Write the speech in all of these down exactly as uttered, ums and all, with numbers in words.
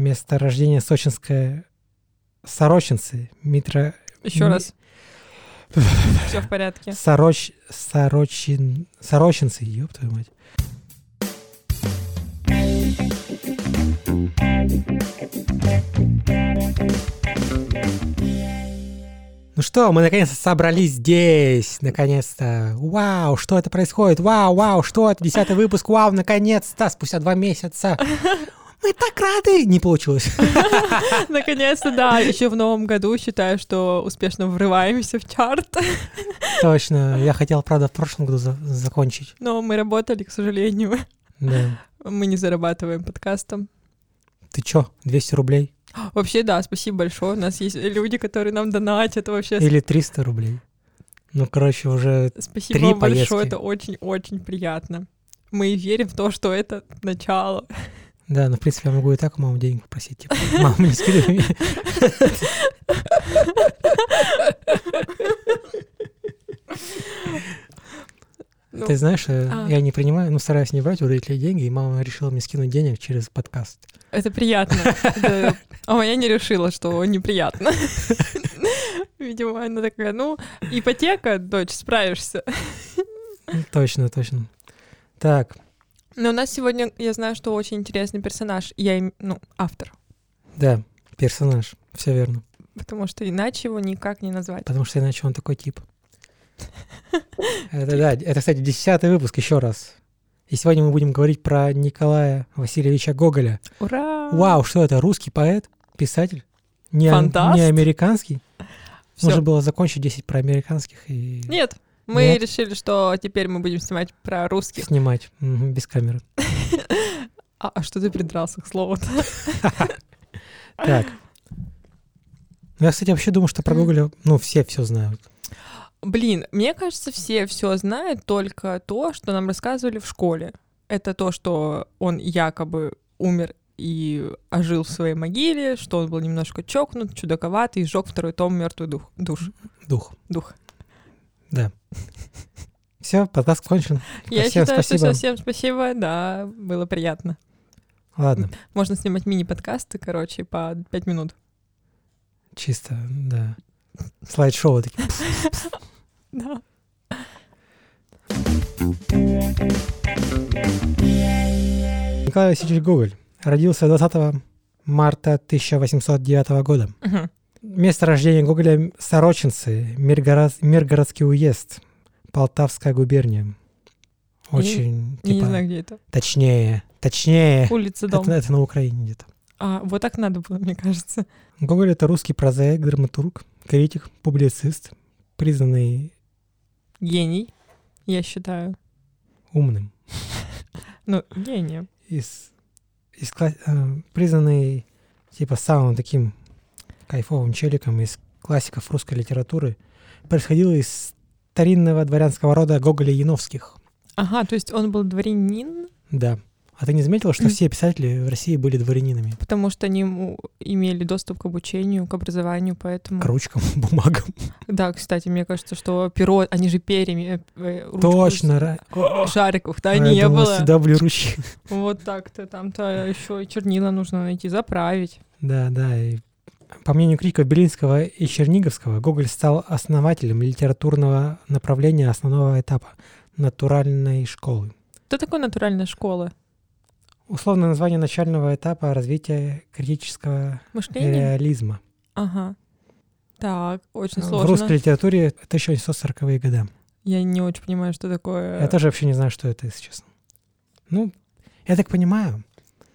Место рождения сочинская Сорочинцы. Митро... Еще Ми... раз. Все в порядке. Сороч... Сорочин... Сорочинцы, ёб твою мать. Ну что, мы наконец-то собрались здесь, наконец-то. Вау, что это происходит? Вау, вау, что это? Десятый выпуск, вау, наконец-то, спустя два месяца. Мы так рады! Не получилось. Наконец-то, да. Еще в новом году считаю, что успешно врываемся в чарт. Точно. Я хотел, правда, в прошлом году за- закончить. Но мы работали, к сожалению. Да. Мы не зарабатываем подкастом. Ты чё, двести рублей? Вообще, да, спасибо большое. У нас есть люди, которые нам донатят вообще. Или триста рублей. Ну, короче, уже Спасибо три вам большое, поездки. это очень-очень приятно. Мы верим в то, что это начало. Да, ну, в принципе, я могу и так у мамы денег попросить. Типа, мама, не скидывай мне. Ну, Ты знаешь, э, а. я не принимаю, ну, стараюсь не брать у родителей деньги, и мама решила мне скинуть денег через подкаст. Это приятно. Это- А я не решила, что неприятно. Видимо, она такая, ну, ипотека, дочь, справишься. Ну, Точно, точно. Так, Но у нас сегодня, я знаю, что очень интересный персонаж. Я, им- ну, автор. да, персонаж, все верно. Потому что иначе его никак не назвать. Потому что иначе он такой тип. Это, да, это, кстати, десятый выпуск, еще раз. И сегодня мы будем говорить про Николая Васильевича Гоголя. Ура! Вау, что это, русский поэт, писатель? Не, ан- Фантаст? не американский? Всё. Нужно было закончить десять про американских и Нет, мы Нет? решили, что теперь мы будем снимать про русских. снимать Мгм, без камеры. А, а что ты придрался к слову-то? Так. Ну, я, кстати, вообще думаю, что про Гоголя, ну, все все знают. Блин, мне кажется, все все знают, только то, что нам рассказывали в школе. Это то, что он якобы умер и ожил в своей могиле, что он был немножко чокнут, чудаковатый, и сжег второй том «Мертвый дух». Душ. Дух. Дух. Да. Все, подкаст кончен. Я Всем считаю, спасибо. что всем спасибо, да, было приятно. Ладно, Можно снимать мини-подкасты, короче, по пять минут. чисто, да. Слайд-шоу такие. Да. Николай Васильевич Гоголь родился двадцатого марта тысяча восемьсот девятого года. Мгм. Место рождения Гоголя — Сорочинцы, Миргород- Миргородский уезд, Полтавская губерния. Очень, Я не типа, знаю, где это. точнее, точнее. Улица, дом. Это, это на Украине где-то. А, вот так надо было, мне кажется. Гоголь — это русский прозаик, драматург, критик, публицист, признанный Гений, я считаю. умным. Ну, гением. Из, из кла- э, признанный типа самым таким кайфовым челиком из классиков русской литературы, происходил из старинного дворянского рода Гоголя-Яновских. Ага, то есть он был дворянин, Да. А ты не заметила, что все писатели в России были дворянинами? потому что они ему имели доступ к обучению, к образованию, поэтому... К ручкам, бумагам. Да, кстати, мне кажется, что перо, они же перьями... э, ручку Точно. ра- с- Шариковых-то А я не думал, было. всегда были ручки. Вот так-то, там-то еще и чернила нужно найти, заправить. Да, да. И по мнению критиков Белинского и Черниговского, Гоголь стал основателем литературного направления основного этапа натуральной школы. Что такое натуральная школа? Условное название начального этапа развития критического Мышление? реализма. Ага. Так, очень В сложно. русской литературе тысяча восемьсот сороковые годы. Я не очень понимаю, что такое... Я тоже вообще не знаю, что это, если честно. Ну, я так понимаю,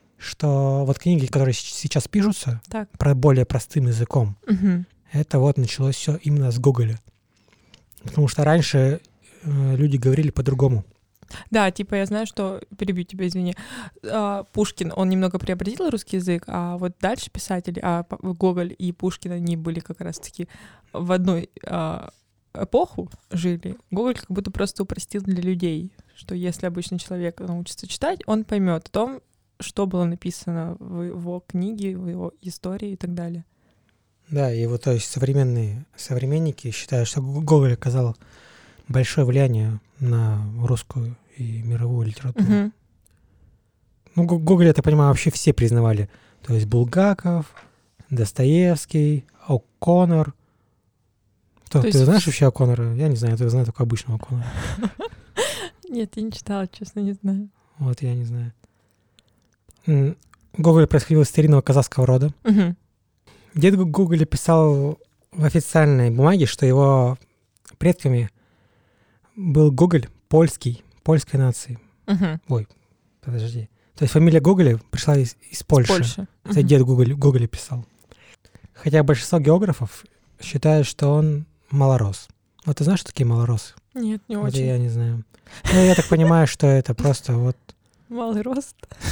что вот книги, которые с- сейчас пишутся Так. про более простым языком, Мгм. это вот началось все именно с Гоголя. Потому что раньше э, люди говорили по-другому. Да, типа я знаю, что... Перебью тебя, извини. А, Пушкин, он немного преобразил русский язык, а вот дальше писатели, а П- Гоголь и Пушкин, они были как раз-таки в одной а, эпоху жили. Гоголь как будто просто упростил для людей, что если обычный человек научится читать, он поймет о том, что было написано в его книге, в его истории и так далее. Да, и вот то есть современные современники считают, что Г- Гоголь оказал большое влияние на русскую и мировую литературу. Мгм. Ну, Г- Гоголя, я так понимаю, вообще все признавали. То есть Булгаков, Достоевский, О'Коннор. Кто, ты есть знаешь вс- вообще О'Коннора? Я не знаю, я знаю только обычного О'Коннора. Нет, я не читала, честно, не знаю. Вот, я не знаю. М, Гоголь происходил из старинного казахского рода. Мгм. Дед Гу- Гоголя писал в официальной бумаге, что его предками был Гоголь польский, польской нации. Мгм. Подожди. То есть фамилия Гоголя пришла из, из Польши. Польша. Это Мгм. дед Гоголь, Гоголя писал. Хотя большинство географов считают, что он малорос. Вот ты знаешь, что такие малоросы? Нет, не Вот очень. я не знаю. Ну, я так понимаю, что это просто вот... Малый рост.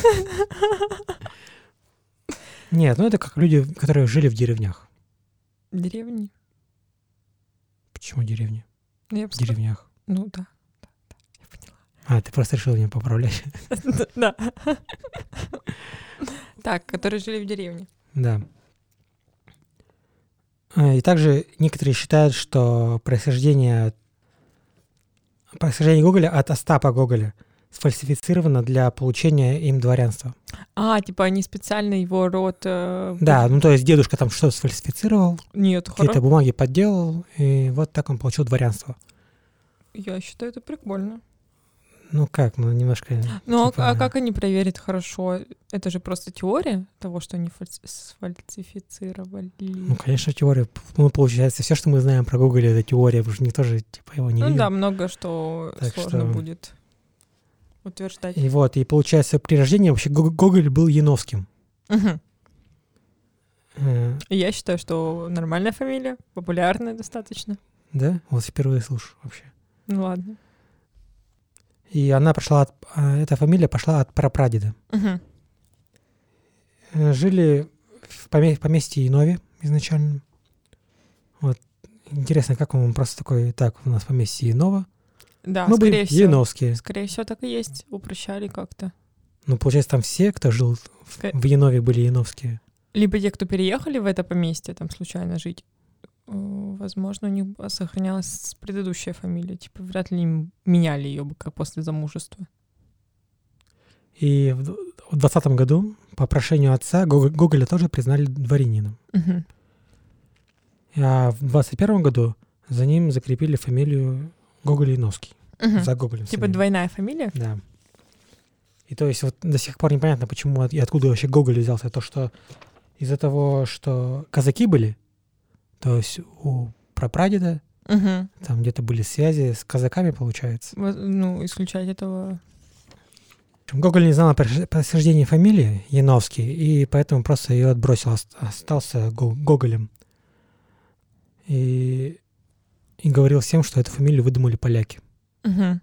Нет, ну это как люди, которые жили в деревнях. Деревни. Почему деревни? Ну, я В просто- деревнях. Ну да. Да, да, я поняла. А, ты просто решил меня поправлять. Да. Так, которые жили в деревне. Да. А, И также некоторые считают, что происхождение, происхождение Гоголя от Остапа Гоголя сфальсифицировано для получения им дворянства. А, типа они специально его род... э, Да, ну то есть дедушка там что-то сфальсифицировал, Нет, какие-то хорошо. бумаги подделал, и вот так он получил дворянство. Я считаю, это прикольно. Ну как, ну немножко... Ну, а- типа, а как они проверят хорошо? Это же просто теория того, что они фальс- сфальсифицировали. Ну, конечно, теория. Ну, получается, все, что мы знаем про Гоголя, это теория, потому что никто же типа его не Ну видел. да, много что Так сложно что- будет утверждать. И вот, и получается, при рождении вообще Го- Гоголь был Яновским. Мгм. Э, И я считаю, что нормальная фамилия, популярная достаточно. Да? Вот впервые слышу вообще. Ну ладно. И она пошла от... а, эта фамилия пошла от прапрадеда. Мгм. Э, Жили в поме- поместье Янове изначально. Вот. Интересно, как он просто такой, так, у нас поместье Янова. Да, Мы скорее будем всего. Яновские. Скорее всего, так и есть. Упрощали как-то. Ну, получается, там все, кто жил в, Ска- в Янове, были Яновские. Либо те, кто переехали в это поместье, там случайно жить, э, возможно, у них сохранялась предыдущая фамилия. Типа, вряд ли им меняли ее бы как после замужества. И в д- в двадцатом году по прошению отца Гого- Гоголя тоже признали дворянином. Мгм. А в двадцать первом году за ним закрепили фамилию Гоголь-Яновский. Мгм. За Гоголем. Типа самим. двойная фамилия? Да. И то есть вот до сих пор непонятно, почему от- и откуда вообще Гоголь взялся. То, что из-за того, что казаки были, то есть у прапрадеда Мгм. там где-то были связи с казаками, получается. Вот, ну, исключать этого... В общем, Гоголь не знал о происхож- происхождении фамилии Яновский, и поэтому просто ее отбросил, ост- остался Го- Гоголем. И, и говорил всем, что эту фамилию выдумали поляки. Мгм.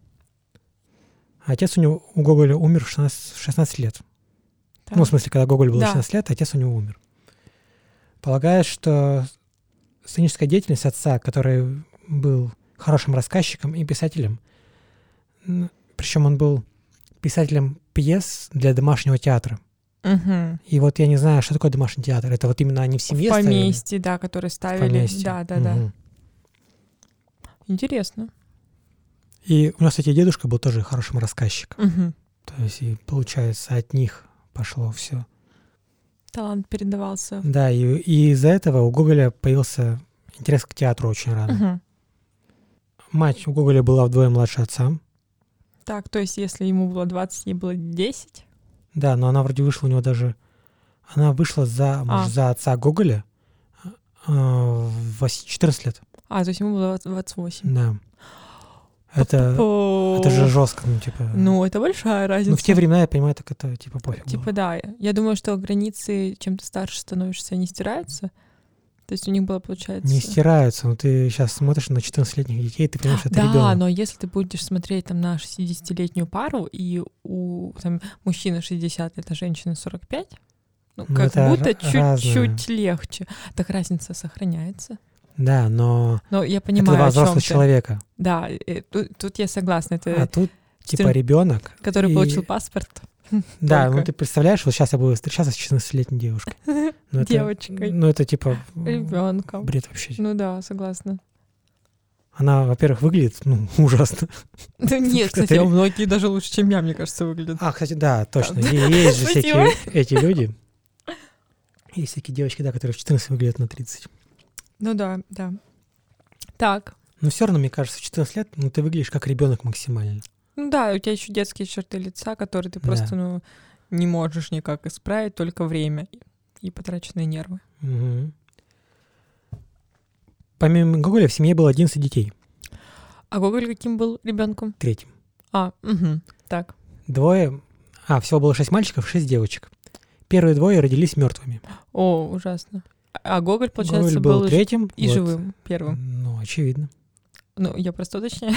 А отец у него, у Гоголя умер в шестнадцать, в шестнадцать лет. Так. Ну, в смысле, когда Гоголь был Да. шестнадцать лет, отец у него умер. Полагают, что сценическая деятельность отца, который был хорошим рассказчиком и писателем, причем он был писателем пьес для домашнего театра. Мгм. И вот я не знаю, что такое домашний театр. Это вот именно они в семье В ставили? поместье, да, которые В ставили. поместье. Да, да, да. Мгм. Интересно. И у него, кстати, дедушка был тоже хорошим рассказчиком. Мгм. То есть, и получается, от них пошло все. Талант передавался. Да, и, и из-за этого у Гоголя появился интерес к театру очень рано. Мгм. Мать у Гоголя была вдвое младше отца. Так, то есть, если ему было двадцать, ей было десять? Да, но она вроде вышла у него даже... Она вышла за, А. за отца Гоголя э, в вось- четырнадцать лет. А, то есть ему было двадцать восемь. Да. Это, О, это же жестко, ну, типа... Ну, это большая разница. ну, в те времена, я понимаю, так это, типа, пофиг Типа, было. да. Я думаю, что границы, чем ты старше становишься, не стираются. То есть у них было, получается... Не стираются, но ты сейчас смотришь на четырнадцатилетних детей, ты понимаешь, что это Да, ребенок. но если ты будешь смотреть там на шестидесятилетнюю пару, и у там, мужчины шестьдесят, это женщина сорок пять, ну, Ну, как это будто ра- чуть-чуть легче. Так разница сохраняется. Да, но Но я это понимаю, два о чем взрослых ты. человека. Да, э, тут, тут я согласна. Это А тут, типа, четырн- ребенок. который и- получил паспорт. Да, только. ну ты представляешь, вот сейчас я буду встречаться с четырнадцатилетней девушкой. Ну, это- Девочкой. Ну, это, типа, м, Ребенком. бред вообще. Ну да, согласна. Она, во-первых, выглядит, ну, ужасно. Ну нет, Это кстати, я- многие даже лучше, чем я, мне кажется, выглядят. А, кстати, да, точно. Да. Е- Есть же Спасибо. всякие эти люди. Есть такие девочки, да, которые в четырнадцать выглядят на тридцать. Ну да, да. Так. Но все равно, мне кажется, в четырнадцать лет, ну, ты выглядишь как ребенок максимально. Ну да, у тебя еще детские черты лица, которые ты просто, Да. ну, не можешь никак исправить, только время и потраченные нервы. Угу. Помимо Гоголя в семье было одиннадцать детей. А Гоголь каким был ребенком? Третьим. А, угу, так. Двое... А, всего было шесть мальчиков, шесть девочек. Первые двое родились мертвыми. О, ужасно. А Гоголь, получается, Гоголь был, был и- третьим. и вот. живым первым. Ну, очевидно. Ну, я просто уточняю.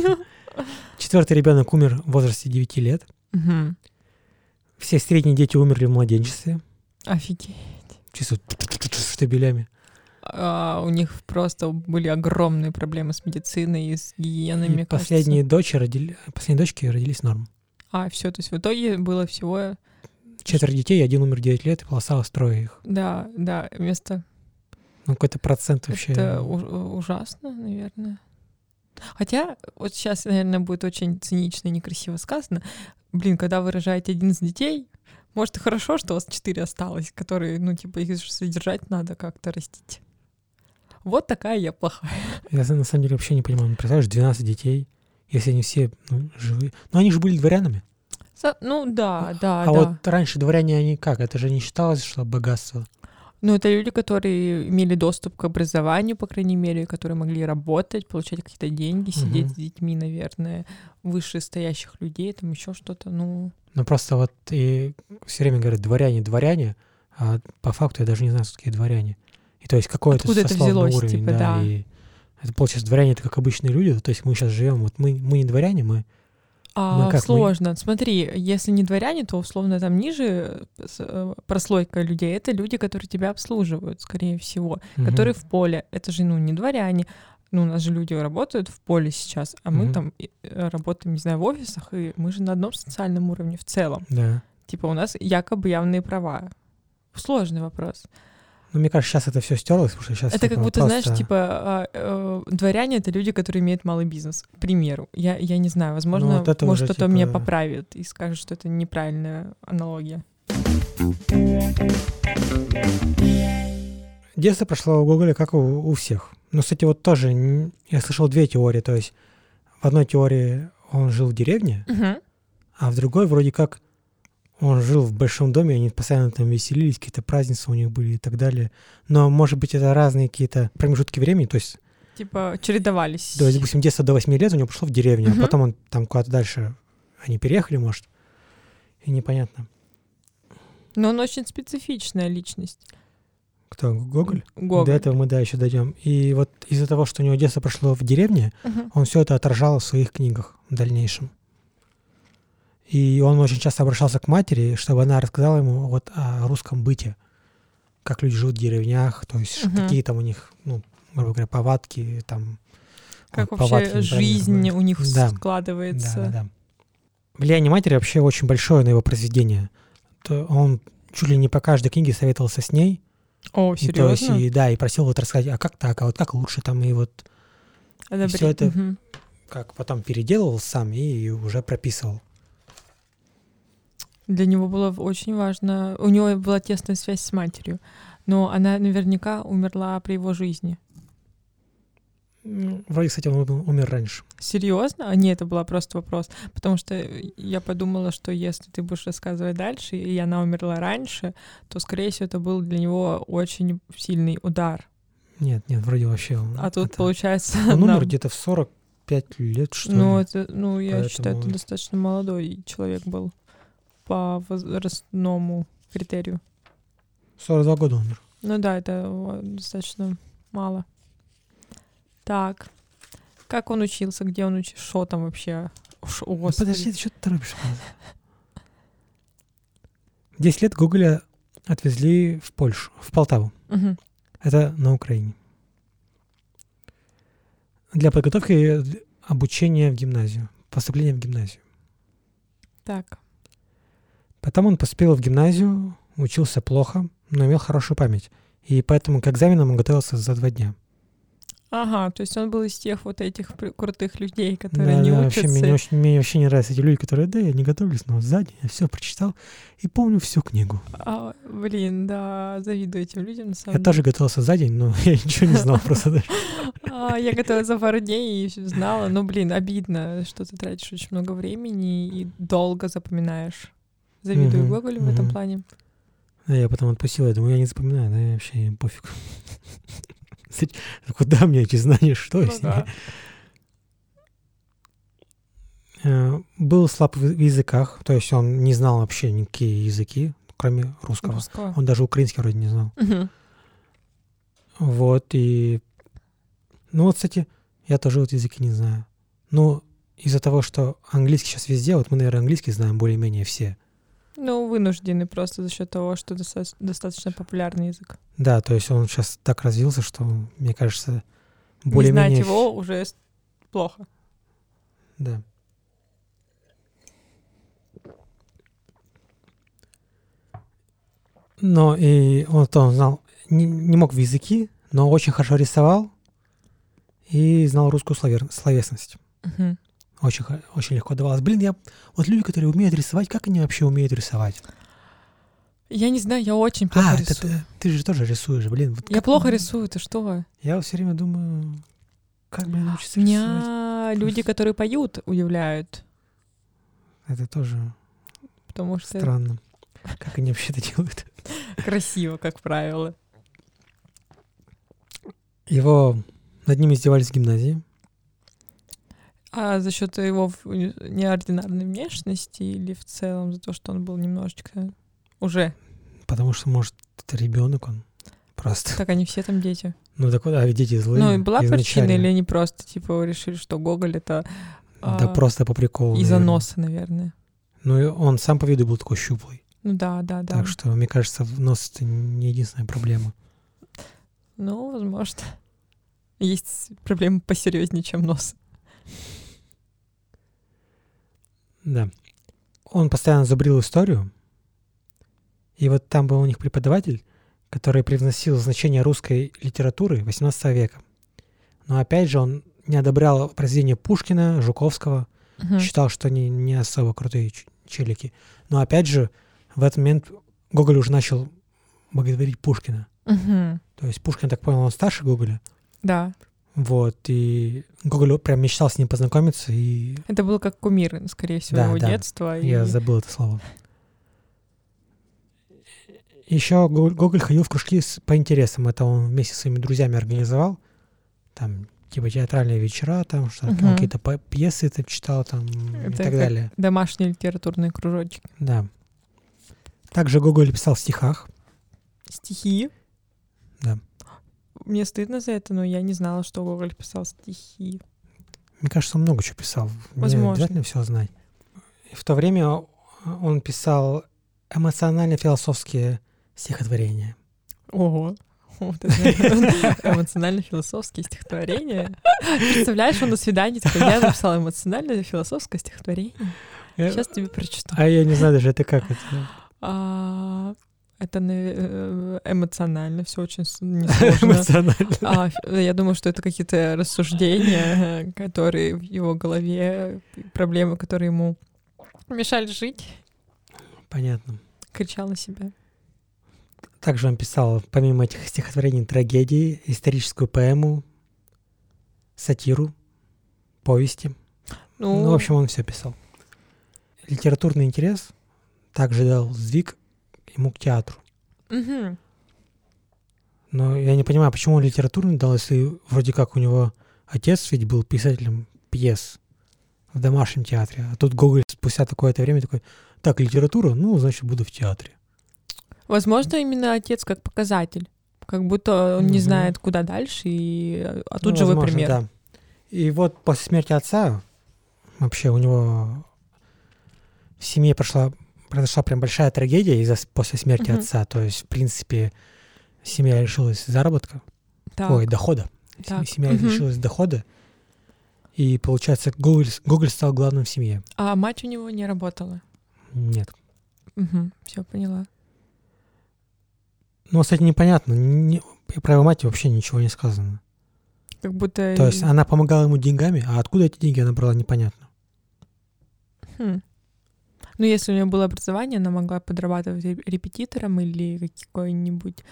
Четвертый ребенок умер в возрасте девяти лет. Мгм. Все средние дети умерли в младенчестве. Офигеть. Чисто штабелями. А, у них просто были огромные проблемы с медициной и с гигиеной, И мне кажется. последние дочери родили... последние дочки родились норм. А, все, то есть в итоге было всего... Четверо детей, один умер в девять лет, и осталось трое их. Да, да, вместо... Ну, какой-то процент вообще. Это у- ужасно, наверное. Хотя, вот сейчас, наверное, будет очень цинично и некрасиво сказано. Блин, когда вы рожаете одиннадцать детей, может, и хорошо, что у вас четыре осталось, которые, ну, типа, их же содержать надо как-то, растить. Вот такая я плохая. Я на самом деле вообще не понимаю. Ну, представляешь, двенадцать детей, если они все ну, живые. Ну, они же были дворянами. Со- Ну, да, да, а да. вот раньше дворяне, они как? Это же не считалось, что богатство. Ну, это люди, которые имели доступ к образованию, по крайней мере, которые могли работать, получать какие-то деньги, сидеть Мгм. с детьми, наверное, вышестоящих людей, там еще что-то, ну... Ну, просто вот и все время говорят дворяне, дворяне, а по факту я даже не знаю, что такие дворяне. И то есть какой-то Откуда это сословный взялось, уровень, типа, да, да. и это получается дворяне это как обычные люди, то есть мы сейчас живем, вот мы, мы не дворяне, мы А, как, мы- сложно. Смотри, если не дворяне, то условно там ниже с- э, прослойка людей — это люди, которые тебя обслуживают, скорее всего, мгм. которые в поле. Это же, ну, не дворяне. Ну, у нас же люди работают в поле сейчас, а мы Мгм. там и, э, работаем, не знаю, в офисах, и мы же на одном социальном уровне в целом. Да. Типа у нас якобы явные права. Сложный вопрос. Ну, мне кажется, сейчас это все стерлось, потому что сейчас Это как будто, знаешь, типа а, э, дворяне — это люди, которые имеют малый бизнес. К примеру. Я, я не знаю, возможно, Ну, вот это может, уже, кто-то меня типа- поправит и скажет, что это неправильная аналогия. Детство прошло у Гоголя, как у, у всех. Но, кстати, вот тоже н- я слышал две теории. То есть в одной теории он жил в деревне, а в другой вроде как он жил в большом доме, они постоянно там веселились, какие-то празднества у них были и так далее. Но, может быть, это разные какие-то промежутки времени. То есть, Типа чередовались. то есть, допустим, детство до восьми лет у него прошло в деревне, Мгм. а потом он там куда-то дальше, они переехали, может, и непонятно. Но он очень специфичная личность. Кто, Гоголь? Гоголь. До этого мы, да, еще дойдем. И вот из-за того, что у него детство прошло в деревне, Мгм. он все это отражал в своих книгах в дальнейшем. И он очень часто обращался к матери, чтобы она рассказала ему вот о русском быте, как люди живут в деревнях, то есть Мгм. какие там у них, ну, грубо говоря, повадки, там... Как вот, вообще повадки, неправильно жизнь говорю. у них Да. складывается. Да, да, да. Влияние матери вообще очень большое на его произведение. То он чуть ли не по каждой книге советовался с ней. О, И, то есть, серьезно? и, да, и просил вот рассказать, а как так, а вот как лучше там, и вот Одобрить. всё это- Мгм. как потом переделывал сам и уже прописывал. Для него было очень важно. У него была тесная связь с матерью, но она наверняка умерла при его жизни. М, Вроде, кстати, он ум- умер раньше. Серьезно? А нет, это был просто вопрос. Потому что я подумала, что если ты будешь рассказывать дальше, и она умерла раньше, то, скорее всего, это был для него очень сильный удар. Нет, нет, вроде вообще он... А тут, это- получается, Он умер нам- где-то в сорок пять лет, что ну, ли. это, ну, я считаю, это Поэтому- достаточно молодой человек был по возрастному критерию. сорок два года умер. Ну да, это о, достаточно мало. Так. Как он учился? Где он учился? Что там вообще? Ш- о, Ну, Господи. подожди, ты что ты торопишься? В десять лет Гоголя отвезли в Польшу, в Полтаву. Мгм. Это на Украине. Для подготовки обучения в гимназию, поступления в гимназию. Так. Потом он поступил в гимназию, учился плохо, но имел хорошую память. И поэтому к экзаменам он готовился за два дня. Ага, то есть он был из тех вот этих при- крутых людей, которые Да, не да, учатся. вообще, мне, очень, мне вообще не нравятся эти люди, которые, да, я не готовлюсь, но сзади я все прочитал и помню всю книгу. А, блин, да, завидую этим людям, на самом Я деле. тоже готовился за день, но я ничего не знал просто даже. А, я готовилась за пару дней и всё знала. Ну, блин, обидно, что ты тратишь очень много времени и долго запоминаешь. Завидую Мгм, Гоголю в этом мгм. плане. А я потом отпустил, я думаю, я не запоминаю, да, я вообще им пофиг. Куда мне эти знания, что Ну с ними? да. Э, Был слаб в в языках, то есть он не знал вообще никакие языки, кроме русского. Русского. Он даже украинский вроде не знал. Мгм. Вот, и... Ну вот, кстати, я тоже вот языки не знаю. Но из-за того, что английский сейчас везде, вот мы, наверное, английский знаем более-менее все. Ну, вынуждены просто за счет того, что доста- достаточно популярный язык. Да, то есть он сейчас так развился, что, мне кажется, Не знать более-менее... его уже с- плохо. Да. Но и он, то он знал, не, не мог в языки, но очень хорошо рисовал и знал русскую словер- словесность. Мгм. Очень, х- очень легко давалось. Блин, я... Вот люди, которые умеют рисовать, как они вообще умеют рисовать? Я не знаю, я очень плохо А, это рисую. ты, ты же тоже рисуешь, блин. Вот Я как- плохо рисую, ты что? Я все время думаю, как мне научиться рисовать? Меня люди, которые поют, удивляют. Это тоже Потому что странно. Как они вообще это делают? красиво, как правило. Его... Над ним издевались в гимназии. А за счет его в- неординарной внешности или в целом за то, что он был немножечко уже. Потому что, может, это ребенок он просто. Так они все там дети. Ну так вот, а ведь дети злые. Ну и была причина, изначально. или они просто типа решили, что Гоголь это Да а, просто по приколу. из-за наверное. носа, наверное. Ну и он сам по виду был такой щуплый. Ну да, да, да. Так что, мне кажется, нос это не единственная проблема. Ну, возможно. Есть проблемы посерьезнее, чем нос. Да. Он постоянно зубрил историю. И вот там был у них преподаватель, который привносил значение русской литературы восемнадцатого века. Но опять же, он не одобрял произведения Пушкина, Жуковского, Мгм. считал, что они не особо крутые ч- челики. Но опять же, в этот момент Гоголь уже начал боготворить Пушкина. Мгм. То есть Пушкин, так понял, он старше Гоголя. Да. Вот, и Гоголь прям мечтал с ним познакомиться, и Это был как кумир, скорее всего, Да, его да. детства. я и- забыл это слово. Еще Гоголь, Гоголь ходил в кружки с- по интересам. Это он вместе со своими друзьями организовал. Там, типа, театральные вечера, там, что он Мгм. какие-то по- пьесы там читал, там, и Это так как далее. домашний литературный кружочек. Да. Также Гоголь писал в стихах. Стихи. Да. Мне стыдно за это, но я не знала, что Гоголь писал стихи. Мне кажется, он много чего писал. Мне Возможно. обязательно все знать. И в то время он писал эмоционально-философские стихотворения. Ого. Вот это эмоционально-философские стихотворения. Представляешь, он на свидании такой, я написала эмоционально-философское стихотворение. Сейчас тебе прочитаю. А я не знаю даже, это как это. А, Это наве- э, эмоционально, все очень с- несложно. Эмоционально. А, ф- я думаю, что это какие-то рассуждения, э, которые в его голове, проблемы, которые ему мешали жить, Понятно. кричал на себя. Также он писал, помимо этих стихотворений, трагедии, историческую поэму, сатиру, повести. Ну, Ну, в общем, он все писал. Литературный интерес также дал сдвиг ему к театру. мгм. Но я не понимаю, почему он литературный дал, если вроде как у него отец ведь был писателем пьес в домашнем театре. А тут Гоголь спустя такое-то время такой, так, литература, ну, значит, буду в театре. Возможно, именно отец как показатель. Как будто он не Мгм. знает, куда дальше, и а Ну, тут живой возможно, пример. да. И вот после смерти отца вообще у него в семье прошла, произошла прям большая трагедия из-за с- после смерти Мгм. отца. То есть, в принципе, семья лишилась заработка, Так, ой, дохода. Сем- так. Семья Мгм. лишилась дохода. И, получается, Гоголь, Гоголь стал главным в семье. А мать у него не работала. Нет. Все, поняла. Ну, кстати, непонятно. Не- про его мать вообще ничего не сказано. Как будто... То есть она помогала ему деньгами, а откуда эти деньги она брала, непонятно. Хм. Ну, если у нее было образование, она могла подрабатывать репетитором или какой-нибудь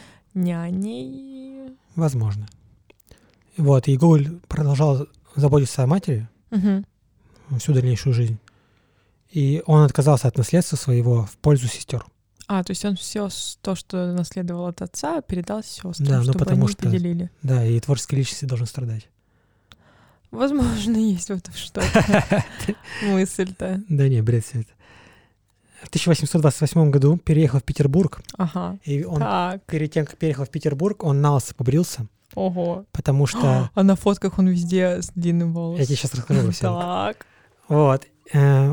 няней. Возможно. Вот, и Гоголь продолжал заботиться о матери Угу. всю дальнейшую жизнь. И он отказался от наследства своего в пользу сестер. А, то есть он все то, что наследовал от отца, передал сестрам, Да, ну чтобы потому они что- поделили. Да, и творческие личности должны страдать. Возможно, есть в этом что-то. Мысль-то. Да не, бред все это. В тысяча восемьсот двадцать восьмом году переехал в Петербург, Ага. и он Так. перед тем, как переехал в Петербург, он на лысо побрился, Ого. потому что... А на фотках он везде с длинным Я волосом. тебе сейчас расскажу во всем. Так. Вот. э,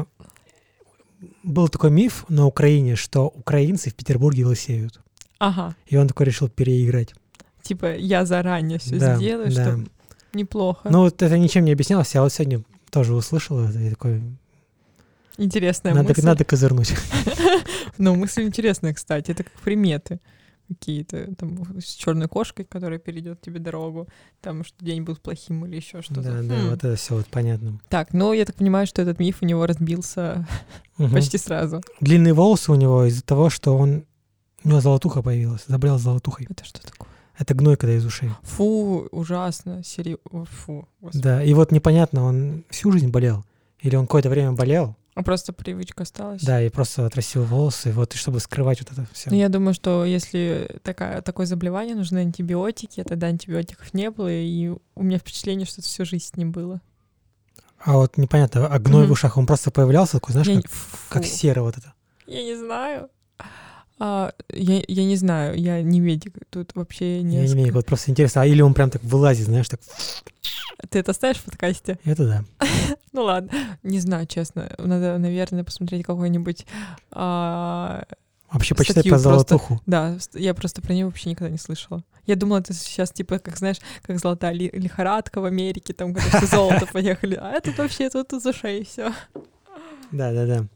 Был такой миф на Украине, что украинцы в Петербурге лысеют. Ага. И он такой решил переиграть. Типа, я заранее все Да, сделаю, да. чтобы неплохо. Ну, вот это ничем не объяснялось. Я вот сегодня тоже услышал это и такой... Интересная Надо, мысль. надо козырнуть. Ну, мысль интересная, кстати. Это как приметы какие-то. Там с черной кошкой, которая перейдет тебе дорогу. Там, что день был плохим или еще что-то. Да, да, Хм. вот это все вот понятно. Так, ну, я так понимаю, что этот миф у него разбился Мгм. почти сразу. Длинные волосы у него из-за того, что он... У него золотуха появилась, заболел золотухой. Это что такое? Это гной, когда из ушей. Фу, ужасно. Серьезно. Фу. Господи. Да, и вот непонятно, он всю жизнь болел. Или он какое-то время болел, А просто привычка осталась? да, и просто отрастил волосы, вот, и чтобы скрывать вот это все. Ну, я думаю, что если такая, такое заболевание, нужны антибиотики, а тогда антибиотиков не было, и у меня впечатление, что это всю жизнь с ним было. А вот непонятно, а гной Мгм. в ушах, он просто появлялся, такой, знаешь, Я не- как, фу. как сера вот это. Я не знаю. А, я, я не знаю, я не медик, тут вообще не... Я не имею, вот просто интересно, а или он прям так вылазит, знаешь, так, Ты это оставишь в подкасте? это да. Ну ладно, не знаю, честно. Надо, наверное, посмотреть какой-нибудь... а, Вообще почитай статью про просто. золотуху. Да, с- я просто про нее вообще никогда не слышала. Я думала, это сейчас типа, как знаешь, как золотая ли- лихорадка в Америке, там, когда все золото поехали. А это вообще тут из ушей все. Да, да, да.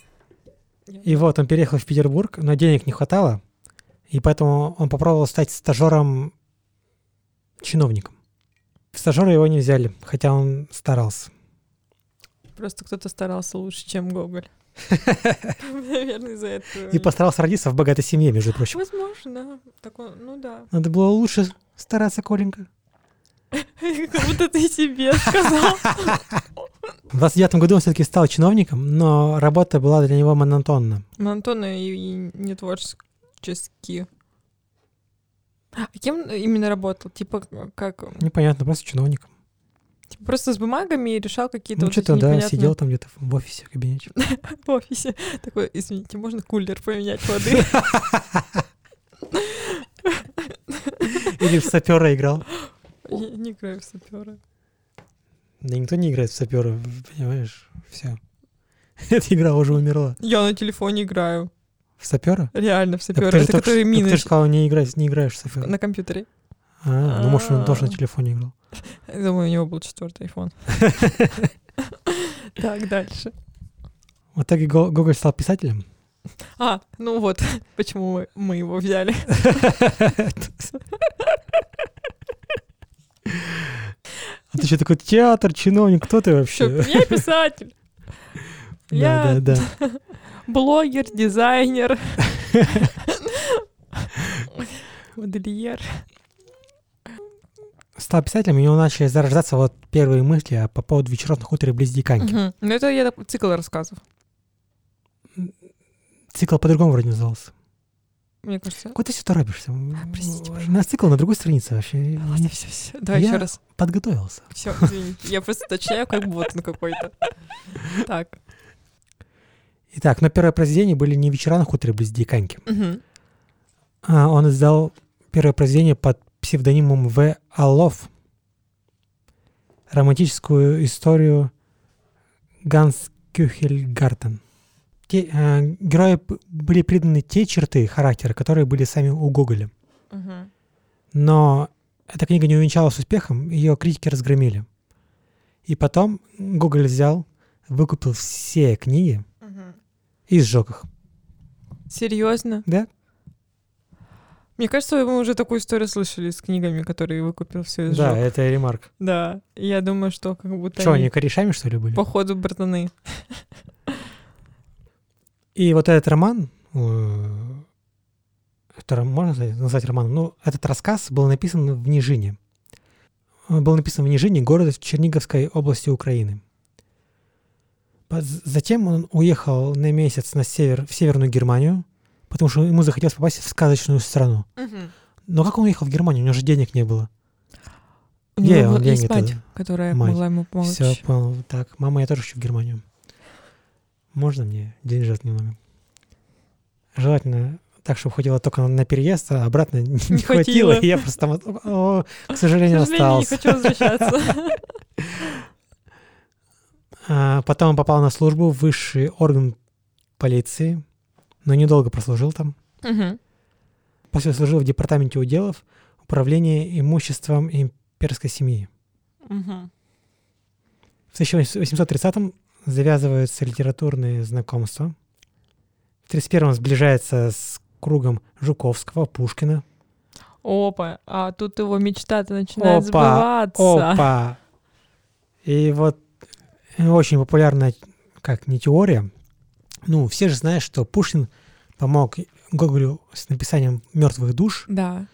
И вот он переехал в Петербург, но денег не хватало, и поэтому он попробовал стать стажером-чиновником. В стажера его не взяли, хотя он старался. Просто кто-то старался лучше, чем Гоголь. Наверное, из-за этого. И постарался родиться в богатой семье, между прочим. Возможно. Такой, ну да. Надо было лучше стараться, Коленька. Как будто ты себе сказал. В двадцать девятом году он все-таки стал чиновником, но работа была для него монотонна. Монотонно и, и не творчески. А кем именно работал? Типа как? Непонятно, просто чиновником. Типа просто с бумагами и решал какие-то Ну, вот что-то, эти да, непонятные- сидел там где-то в офисе, в кабинете. в офисе. Такой, извините, можно кулер поменять воды? Или в сапера играл. Я не играю в сапера. Да никто не играет в сапера, понимаешь? Все. Эта игра уже умерла. Я на телефоне играю. В сапера? Реально в Так сапера. ты же Это только которые что- так мины ты же сказал, не, играть, не играешь в сапера. на компьютере. А, ну может он тоже на А. телефоне играл. Я думаю, у него был четвертый iPhone. Так, дальше. В итоге Го- Гоголь стал писателем. А, ну вот, почему мы, мы его взяли. А ты что, такой театр, чиновник, кто ты Что, вообще? я писатель. Да, Я да, да. блогер, дизайнер, модельер. Стал писателем, и у него начали зарождаться вот первые мысли а по поводу вечеров на хуторе близ Диканьки. Мгм. Ну это я так- цикл рассказов, Цикл по-другому вроде назывался. мне кажется. Куда ты все торопишься? простите, У нас цикл на другой странице вообще. Ладно, все, все. Давай Я- еще раз. Подготовился. Все, извините. Я просто уточняю, как бот на какой-то. Так. Итак, но первые произведения были не вечера на хуторе близ Диканьки. Мгм. А, он издал первое произведение под псевдонимом В. Аллов. Романтическую историю Ганс Кюхельгартен. Те, э, герои п- были приданы те черты характера, которые были сами у Гоголя. Мгм. Но эта книга не увенчалась успехом, ее критики разгромили. И потом Гоголь взял, выкупил все книги Мгм. и сжег их. Серьезно? Да? Мне кажется, мы уже такую историю слышали с книгами, которые выкупил, все сжёг. Да, это ремарк. Да, я думаю, что как будто Что, они корешами, что ли, были? походу братаны. И вот этот роман, э, это можно назвать романом? Ну, этот рассказ был написан в Нижине. Он был написан в Нижине, города в Черниговской области Украины. Затем он уехал на месяц на север, в Северную Германию, потому что ему захотелось попасть в сказочную страну. Угу. Но как он уехал в Германию? У него же денег не было. У Где него он есть деньги-то? мать, которая Мать. могла ему помочь. Все, понял. Так, мама, я тоже хочу в Германию. Можно мне деньжат немного? Желательно так, чтобы хватило только на переезд, а обратно не, не хватило. И я просто там, о, к сожалению, К сожалению, не остался. хочу возвращаться. А, потом он попал на службу в высший орган полиции, но недолго прослужил там. Мгм. После служил в департаменте уделов управления имуществом имперской семьи. Мгм. В тысяча восемьсот тридцатом завязываются литературные знакомства. В тридцать первом сближается с кругом Жуковского, Пушкина. Опа, а тут его мечта-то начинает Опа, сбываться. опа! И вот очень популярная, как не теория, ну, все же знают, что Пушкин помог Гоголю с написанием «Мертвых душ» Да.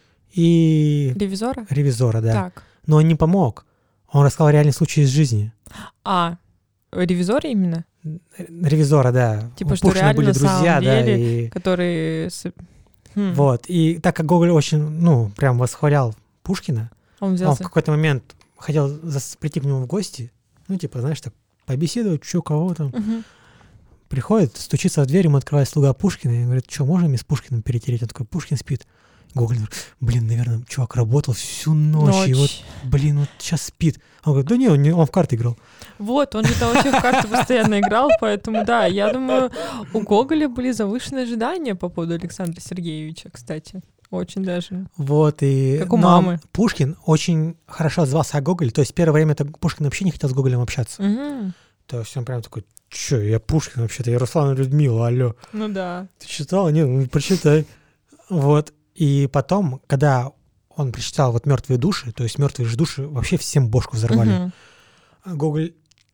и Ревизора? «Ревизора», да. Так. Но он не помог. Он рассказал реальный случай из жизни. А, ревизор именно? «Ревизора», да. Типа, У что Пушкина реально были на друзья, самом да, деле, и который... с- Хм. вот. И так как Гоголь очень, ну, прям восхвалял Пушкина, Он он в взялся. какой-то момент хотел зас- прийти к нему в гости, ну, типа, знаешь, так побеседовать, что, кого там. Мгм. Приходит, стучится в дверь, ему открывает слуга Пушкина и говорит, что, можно мне с Пушкиным перетереть? Он такой, Пушкин спит. Гоголь говорит, блин, наверное, чувак работал всю ночь, и вот, Ночь. блин, вот сейчас спит. Он говорит, да не, он, не, он в карты играл. Вот, он же там вообще в карты постоянно играл, поэтому да, я думаю, у Гоголя были завышенные ожидания по поводу Александра Сергеевича, кстати. Очень даже. Вот, и... Как у но мамы. Пушкин очень хорошо отзывался о Гоголе, то есть первое время Пушкин вообще не хотел с Гоголем общаться. Мгм. То есть он прям такой, чё, я Пушкин вообще-то, я Руслана Людмила, алло. Ну да. Ты читал? Нет, ну прочитай. Вот. И потом, когда он прочитал вот «Мертвые души», то есть «Мертвые же души» вообще всем бошку взорвали. Мгм. А Гоголь,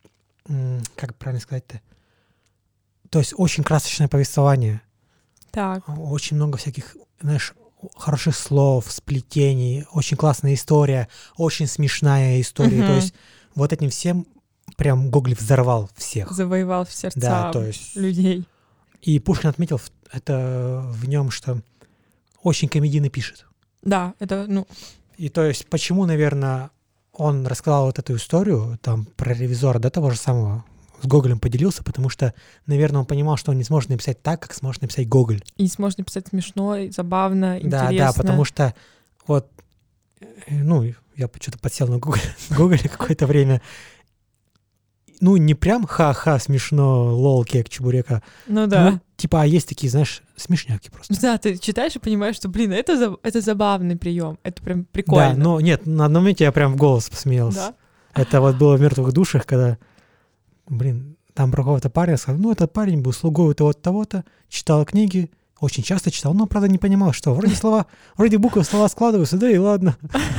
м, как правильно сказать-то? То есть очень красочное повествование. Так. Очень много всяких, знаешь, хороших слов, сплетений, очень классная история, очень смешная история. Мгм. То есть вот этим всем прям Гоголь взорвал всех. Завоевал в сердца Да, то есть... людей. И Пушкин отметил в- это в нем, что очень комедийно пишет. Да, это, ну, И то есть почему, наверное, он рассказал вот эту историю там про ревизора, да, того же самого, с Гоголем поделился, потому что, наверное, он понимал, что он не сможет написать так, как сможет написать Гоголь. и сможешь написать смешно, и забавно, Да, интересно. да, потому что вот, э, ну, я что-то подсел на Гоголя, Гоголя какое-то время. Ну, не прям ха-ха, смешно, лол, кек, чебурека. Ну да. Ну, типа, а есть такие, знаешь, смешняки просто. Да, ты читаешь и понимаешь, что, блин, это, за- это забавный прием, это прям Да, прикольно. но нет, на одном моменте я прям в голос посмеялся. Да? Это вот было в «Мертвых душах», когда, блин, там про какого-то парня сказал, ну, этот парень был слугой у того-то, того-то, читал книги, очень часто читал, но, правда, не понимал, что вроде слова, вроде буквы в слова складываются, да и ладно.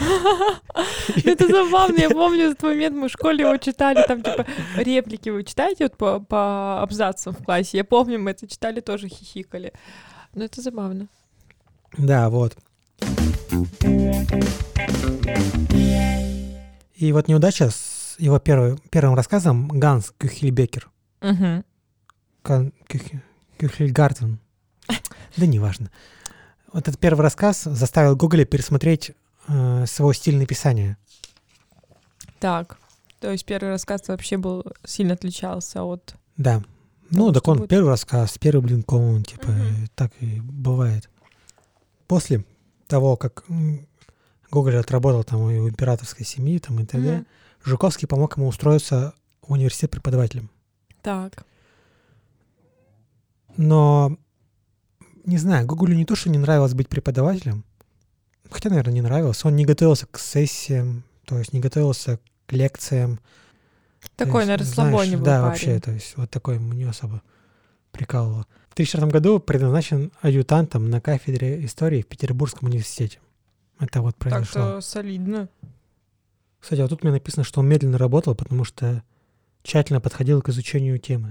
Это забавно, я помню этот момент, мы в школе его читали, там типа реплики вы читаете вот по, по абзацам в классе, я помню, мы это читали, тоже хихикали. Но это забавно. Да, вот. И вот неудача с его первый, первым рассказом «Ганс Кюхельбекер». Мгм. Кан- Кюхе- Кюхельгартен. Да неважно. Вот этот первый рассказ заставил Гоголя пересмотреть э, свой стиль написания. Так, то есть первый рассказ вообще был сильно отличался от... Да. Ну, Того, так что он будет. первый рассказ, первый блин клоун, типа, Мгм. э, так и бывает. После того, как м, Гоголь отработал там и у императорской семьи, там и т.д., Мгм. Жуковский помог ему устроиться в университет преподавателем. Так. Но, не знаю, Гоголю не то, что не нравилось быть преподавателем, хотя, наверное, не нравилось. Он не готовился к сессиям, то есть не готовился к лекциям. То Такой есть, на расслабоне знаешь, был Да, парень. вообще, то есть вот такой ему не особо прикалывало. В тысяча девятьсот четвёртом году предназначен адъютантом на кафедре истории в Петербургском университете. Это вот произошло. Так-то солидно. Кстати, вот тут мне написано, что он медленно работал, потому что тщательно подходил к изучению темы.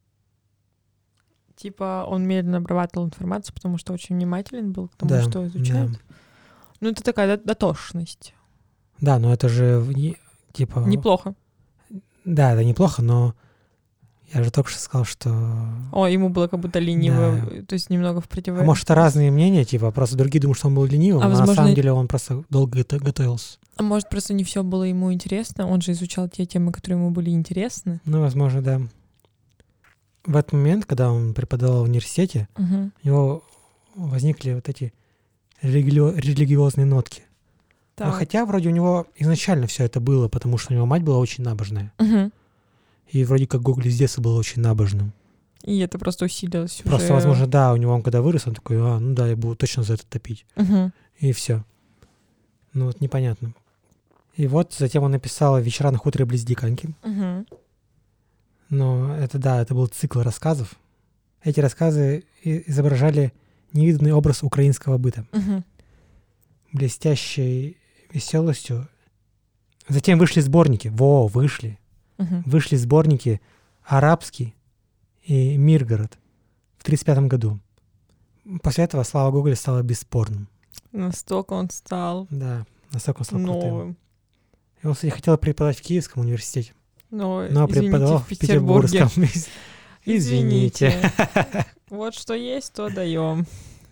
Типа он медленно обрабатывал информацию, потому что очень внимателен был к тому, Да, что изучает. да. Ну, это такая до- дотошность. Да, но это же в- не- типа... Неплохо. Да, это неплохо, но я же только что сказал, что... О, ему было как будто лениво, Да. то есть немного в А противовес. может, это разные мнения, типа, просто другие думают, что он был ленивым, А а, на возможно, самом деле он просто долго гото- готовился. А может, просто не все было ему интересно? Он же изучал те темы, которые ему были интересны. Ну, возможно, да. В этот момент, когда он преподавал в университете, Угу. у него возникли вот эти религи- религиозные нотки. Но хотя вроде у него изначально все это было, потому что у него мать была очень набожная. Угу. И вроде как Гоголь с детства был очень набожным. И это просто усилилось Просто, уже. возможно, да, у него он когда вырос, он такой, а, ну да, я буду точно за это топить. Угу. И все. Ну вот непонятно. И вот затем он написал «Вечера на хуторе близ Диканьки». Угу. Но это, да, это был цикл рассказов. Эти рассказы и- изображали невиданный образ украинского быта. Угу. Блестящей веселостью. Затем вышли сборники. Во, вышли. Угу. Вышли сборники «Арабский» и «Миргород» в тридцать пятом году. После этого слава Гоголя стала бесспорным. Настолько он стал Да, настолько он стал крутым. новым. И он, кстати, хотел преподавать в Киевском университете, Но, но извините, преподавал в в Петербурге. Петербургском. Извините. Вот что есть, то даем.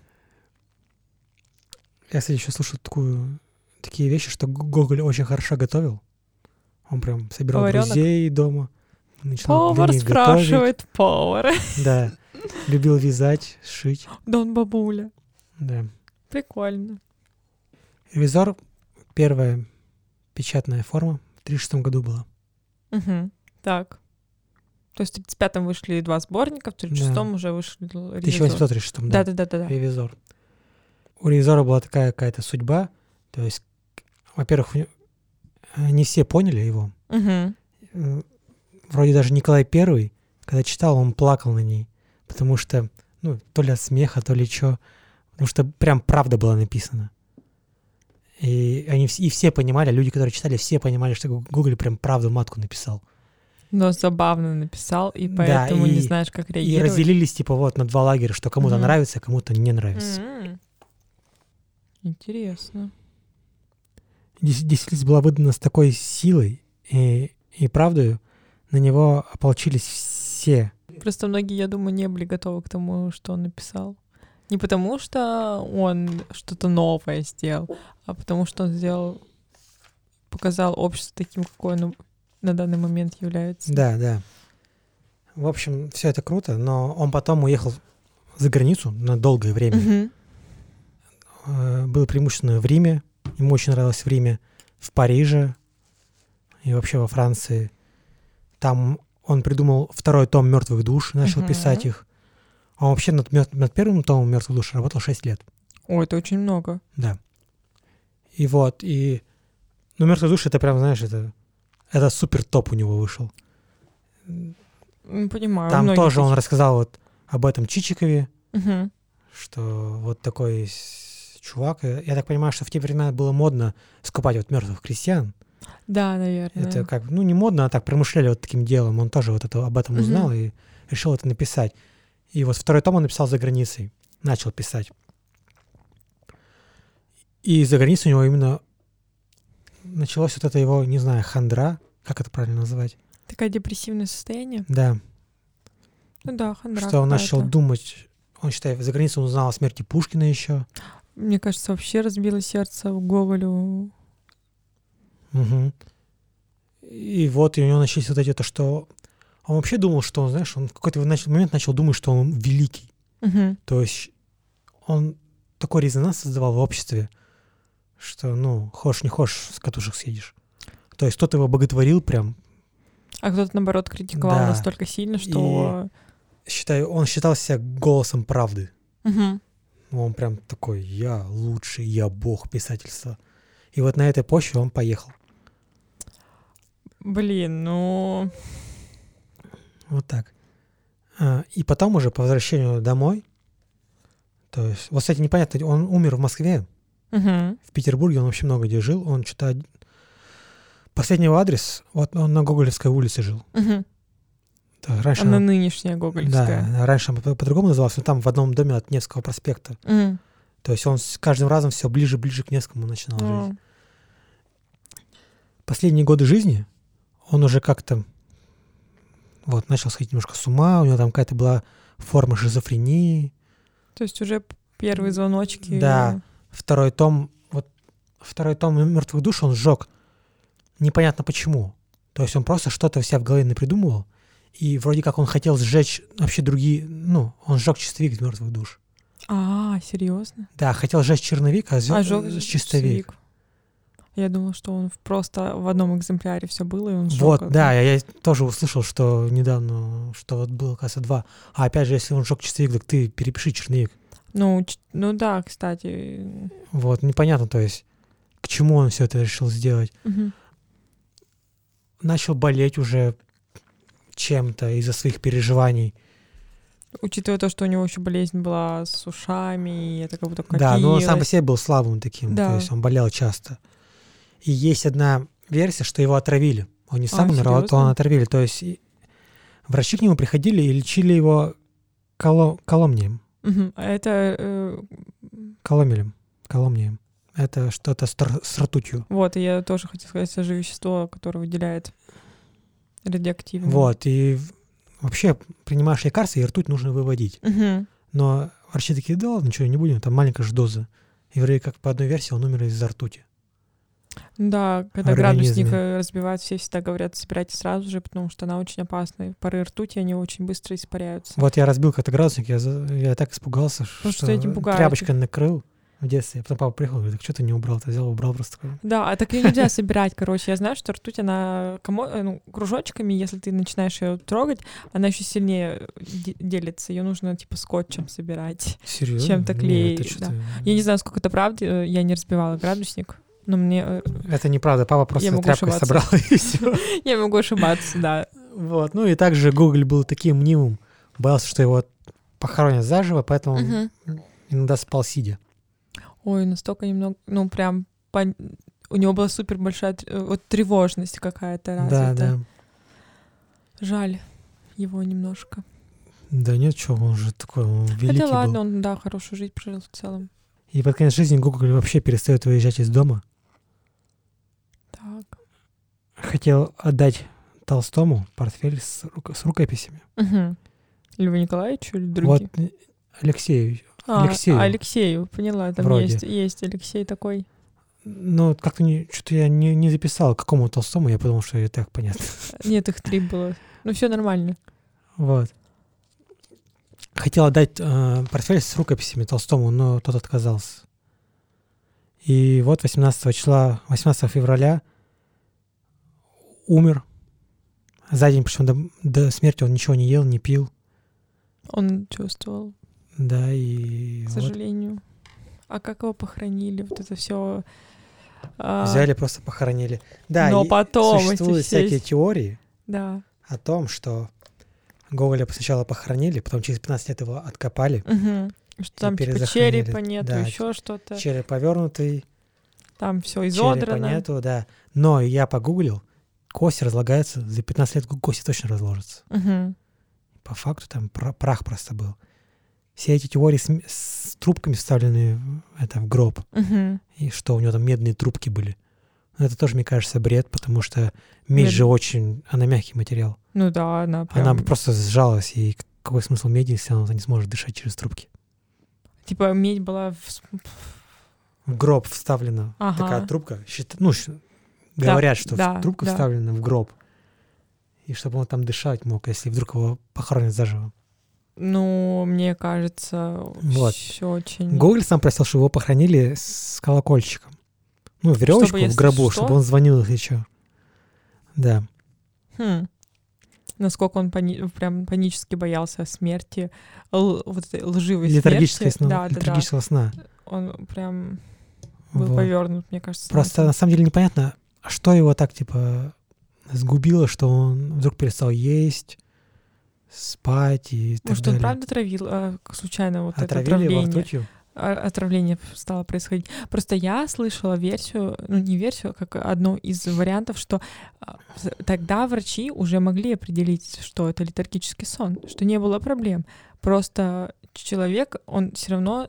Я, кстати, еще слушал такую, такие вещи, что Г- Гоголь очень хорошо готовил. Он прям собирал Поваренок? друзей дома, начинал Повар для них готовить. спрашивает повара. Да, любил вязать, шить. Да он бабуля. Да. Прикольно. Ревизор, первая печатная форма, в тридцать шестом году была. Угу. Так. То есть в тридцать пятом вышли два сборника, в тридцать шестом уже вышли В ревизор. тысяча восемьсот тридцать шестом, да. Да-да-да-да. Ревизор. У ревизора была такая какая-то судьба. То есть, во-первых, у не- не все поняли его. Угу. Э, Вроде даже Николай Первый, когда читал, он плакал на ней. Потому что, ну, то ли от смеха, то ли что. Потому что прям правда была написана. И они вс- и все понимали, люди, которые читали, все понимали, что Гу- Гоголь прям правду матку написал. Но забавно написал, и Да, поэтому не и- знаешь, как И реагировать. разделились, типа, вот на два лагеря, что кому-то Мгм. нравится, а кому-то не нравится. М. Интересно. Дес- Действительность была выдана с такой силой и, и правдою, на него ополчились все. Просто многие, я думаю, не были готовы к тому, что он написал. Не потому, что он что-то новое сделал, а потому, что он сделал, показал общество таким, какое оно на данный момент является. Да, да. В общем, все это круто, но он потом уехал за границу на долгое время. Мгм. Э, Был преимущественно в Риме, ему очень нравилось в Риме, в Париже и вообще во Франции. Там он придумал второй том «Мертвых душ», начал Мгм. писать их. Он вообще над, мёр- над первым томом «Мертвых душ» работал шесть лет. Ой, это очень много. Да. И вот, и... Ну, «Мертвые души» — это прям, знаешь, это... Это супер топ у него вышел. М, Понимаю. Там многие тоже он такие. рассказал вот об этом Чичикове, Мгм. что вот такой с- чувак. э, Я так понимаю, что в те времена было модно скупать вот мертвых крестьян. Да, наверное. Это как, ну, не модно, а так промышляли вот таким делом. Он тоже вот это, об этом Мгм. узнал и решил это написать. И вот второй том он написал за границей. Начал писать. И за границей у него именно началось вот это его, не знаю, хандра, как это правильно называть? Такое депрессивное состояние. Да, Ну да, хандра что он начал какая-то. думать, он, считай, за границей он узнал о смерти Пушкина еще. Мне кажется, вообще разбило сердце Гоголю. Мгм. И вот и у него начались вот эти, то, что он вообще думал, что он, знаешь, он в какой-то нач- момент начал думать, что он великий. Мгм. То есть он такой резонанс создавал в обществе, что, ну, хошь не хошь, с катушек съедешь. То есть кто-то его боготворил прям, А кто-то, наоборот, критиковал Да. настолько сильно, что... считаю, он считал себя голосом правды. Мгм. Он прям такой, я лучший, я бог писательства. И вот на этой почве он поехал. Блин, ну... Вот так. А, И потом уже по возвращению домой, то есть, вот, кстати, непонятно, он умер в Москве, Мгм. в Петербурге он вообще много где жил, он что-то... од- Последний его адрес, вот он на Гоголевской улице жил. Мгм. То раньше, Она она- нынешняя Гоголевская. да, раньше она по- по-другому называлась, но там в одном доме от Невского проспекта. Мгм. То есть он с каждым разом все ближе-ближе к Невскому начинал жить. А. Последние годы жизни он уже как-то вот начал сходить немножко с ума, у него там какая-то была форма шизофрении. То есть уже первые звоночки. Да. Второй том, вот второй том «Мертвых душ» он сжег. Непонятно почему. То есть он просто что-то у себя в голове напридумывал, и вроде как он хотел сжечь вообще другие, ну, он сжег чистовик из «Мертвых душ». А, серьезно? Да, хотел сжечь черновик, а, А сжег жёг чистовик. Я думала, что он в- просто в одном экземпляре все было, и он сжёг Вот, это. да, я, я тоже услышал, что недавно, что вот было, кажется, два. А опять же, если он сжег чистовик, так ты перепиши черновик. Ну, ч- ну да, кстати. Вот, непонятно, то есть, к чему он все это решил сделать. Мгм. Начал болеть уже чем-то из-за своих переживаний. Учитывая то, что у него еще болезнь была с ушами, и это как будто Да, но он сам по копилось. себе был слабым таким, Да. то есть он болел часто. И есть одна версия, что его отравили. Он не сам А, умер, а вот он серьёзно? отравили. То есть и врачи к нему приходили и лечили его коло- коломнием. Мгм. А это э, Коломелем. Коломнием. Это что-то с, тр- с ртутью. вот, и я тоже хотела сказать, это же вещество, которое выделяет радиоактивное. Вот. И в- вообще принимаешь лекарства, и ртуть нужно выводить. Мгм. Но врачи такие, да ладно, ничего, не будем, там маленькая же доза. И вроде как по одной версии он умер из-за ртути. Да, когда В организме. градусник э, разбивают, все всегда говорят, собирайте сразу же, потому что она очень опасная. Пары ртути, они очень быстро испаряются. Вот я разбил как-то градусник, я, за- я так испугался, Потому что, что этим пугают. тряпочкой накрыл в детстве. Потом папа приехал, говорит, так что ты не убрал? Ты взял, убрал просто. такой. Да, а так ее нельзя собирать, короче. Я знаю, что ртуть, она комо- э, ну, кружочками, если ты начинаешь ее трогать, она еще сильнее де- делится. Ее нужно типа скотчем собирать. Серьезно? Чем-то Нет, клеить, это что-то- Я не знаю, сколько это правда, э, я не разбивала градусник, но мне... э, Это неправда, папа просто могу тряпкой ошибаться. собрал и все. Я могу ошибаться, да. Вот. Ну и также Гоголь был таким мнимым, боялся, что его похоронят заживо, поэтому он Мгм. иногда спал сидя. Ой, настолько немного, ну прям пон- у него была супер большая вот тревожность какая-то развита. Да, да. Жаль его немножко. Да нет, что, он же такой, он великий Хотя ладно, был. он, да, хорошую жизнь прожил в целом. И под конец жизни Гоголь вообще перестает выезжать из дома. Так. Хотел отдать Толстому портфель с, руко- с рукописями. Угу. Льву Николаевичу или другим? Вот э, Алексею. А, Алексею. Алексею, поняла, там Вроде. есть, есть Алексей такой. Но как-то не, что-то я не, не записал, к какому Толстому, я подумал, что и так понятно. Нет, их три было. Ну все нормально. Вот. Хотел отдать э, портфель с рукописями Толстому, но тот отказался. И вот восемнадцатого числа, восемнадцатого февраля умер. За день, причем до, до смерти он ничего не ел, не пил. Он чувствовал, Да, и к вот сожалению. А как его похоронили? Вот это все. взяли, просто похоронили. Да, но и потом эти существуют все- всякие теории Да. о том, что Гоголя сначала похоронили, потом через пятнадцать лет его откопали. Мгм. Что там типа перезахоронили. черепа нету, Да, еще что-то. Череп повернутый, Там все черепа изодрано. нету, да. Но я погуглил, кости разлагаются, за пятнадцать лет кости точно разложатся. Мгм. По факту там пра- прах просто был. Все эти теории с, м- с трубками вставленные в- это, в гроб, Мгм. и что у него там медные трубки были. Но это тоже, мне кажется, бред, потому что медь Мед- же очень, она мягкий материал. Ну да, она прям... Она бы просто сжалась, и какой смысл меди, если она не сможет дышать через трубки? Типа медь была... в- В гроб вставлена Ага. такая трубка. Счит- Ну, щ- говорят, что в- да, трубка да. вставлена в гроб. И чтобы он там дышать мог, если вдруг его похоронят заживо. Ну, мне кажется, Вот. все очень... Гоголь сам просил, чтобы его похоронили с колокольчиком. Ну, веревочку Чтобы, в если гробу, что? чтобы он звонил, если что. Да. Хм. Насколько он пани- прям панически боялся смерти, л- вот этой лживой Летаргического смерти. сна. Да, да, летаргического сна. да. Он прям был Вот. повернут, мне кажется. на Просто это. на самом деле непонятно, что его так, типа, сгубило, что он вдруг перестал есть, спать и так Может, далее. он правда травил, а, случайно вот это Отравили его отравление? ртутью? А- Отравление стало происходить. Просто я слышала версию, ну не версию, как одну из вариантов, что а, с- тогда врачи уже могли определить, что это летаргический сон, что не было проблем. Просто человек, он все равно,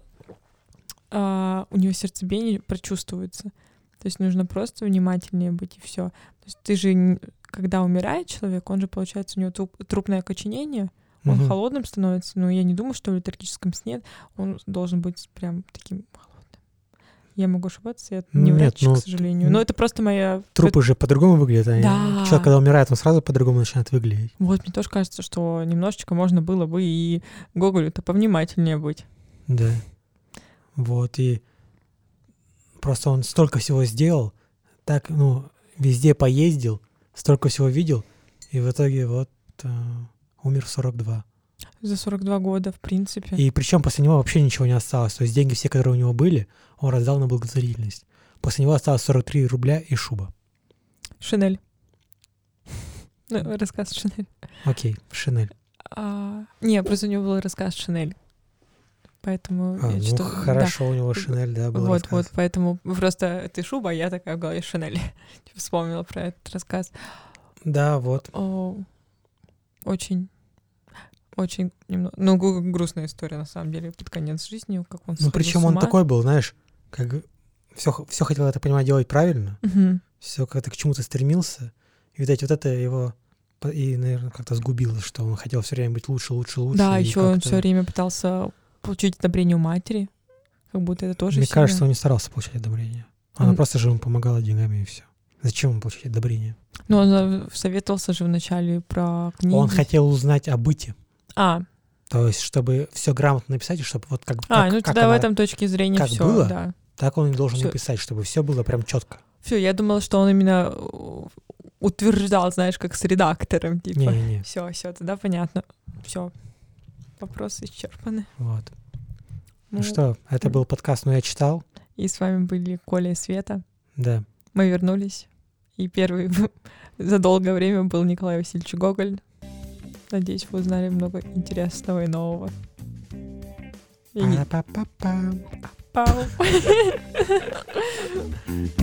а, у него сердцебиение прочувствуется. То есть нужно просто внимательнее быть, и все. То есть ты же, н- когда умирает человек, он же, получается, у него труп- трупное окоченение, он Мгм. холодным становится, но я не думаю, что в летаргическом сне он должен быть прям таким холодным. Я могу ошибаться, я не Нет, врач, ну, к сожалению. Но это просто моя... Трупы же по-другому выглядят. Они- Да. Человек, когда умирает, он сразу по-другому начинает выглядеть. Вот, мне тоже кажется, что немножечко можно было бы и Гоголю-то повнимательнее быть. Да. Вот, и просто он столько всего сделал, так, ну, везде поездил, столько всего видел, и в итоге вот э, умер в сорок два. За сорок два года, в принципе. И причем после него вообще ничего не осталось. То есть деньги все, которые у него были, он раздал на благотворительность. После него осталось сорок три рубля и шуба. Шинель. Ну, рассказ Шинель. Окей, Шинель. А, не, просто у него был рассказ Шинель. Поэтому А, я ну, что-то... хорошо, у него Шинель, да, был Вот, рассказ. вот, поэтому просто ты шуба, а я такая в голове Шинель. Вспомнила про этот рассказ. Да, вот. О, очень, очень немного... Ну, гру- грустная история, на самом деле, под конец жизни, как он Ну, сходил причем с он ума. такой был, знаешь, как все, все хотел, это понимать, делать правильно, Мгм. все как-то к чему-то стремился. И, видать, вот это его по- и, наверное, как-то сгубило, что он хотел все время быть лучше, лучше, лучше. Да, и еще он как-то- все время пытался получить одобрение у матери, как будто это тоже Мне сильно. кажется, он не старался получать одобрение. Она Он- просто же ему помогала деньгами и все. Зачем ему получать одобрение? Ну, он э, советовался же вначале про книги. Он хотел узнать о быте. А, То есть, чтобы все грамотно написать, и чтобы вот как, а как, ну как тогда в она- этом точке зрения как все, было? да. так он и должен Всё. написать, чтобы все было прям четко. Все, я думала, что он именно э, утверждал, знаешь, как с редактором, типа. Не-не-не. Все, все, тогда понятно. Все. Вопросы исчерпаны. Вот. Ну, Ну, что, это был подкаст «Ну я читал». И с вами были Коля и Света. Да. Мы вернулись. И первый за долгое время был Николай Васильевич Гоголь. Надеюсь, вы узнали много интересного и нового. И не- Па-па-па-па. Пау.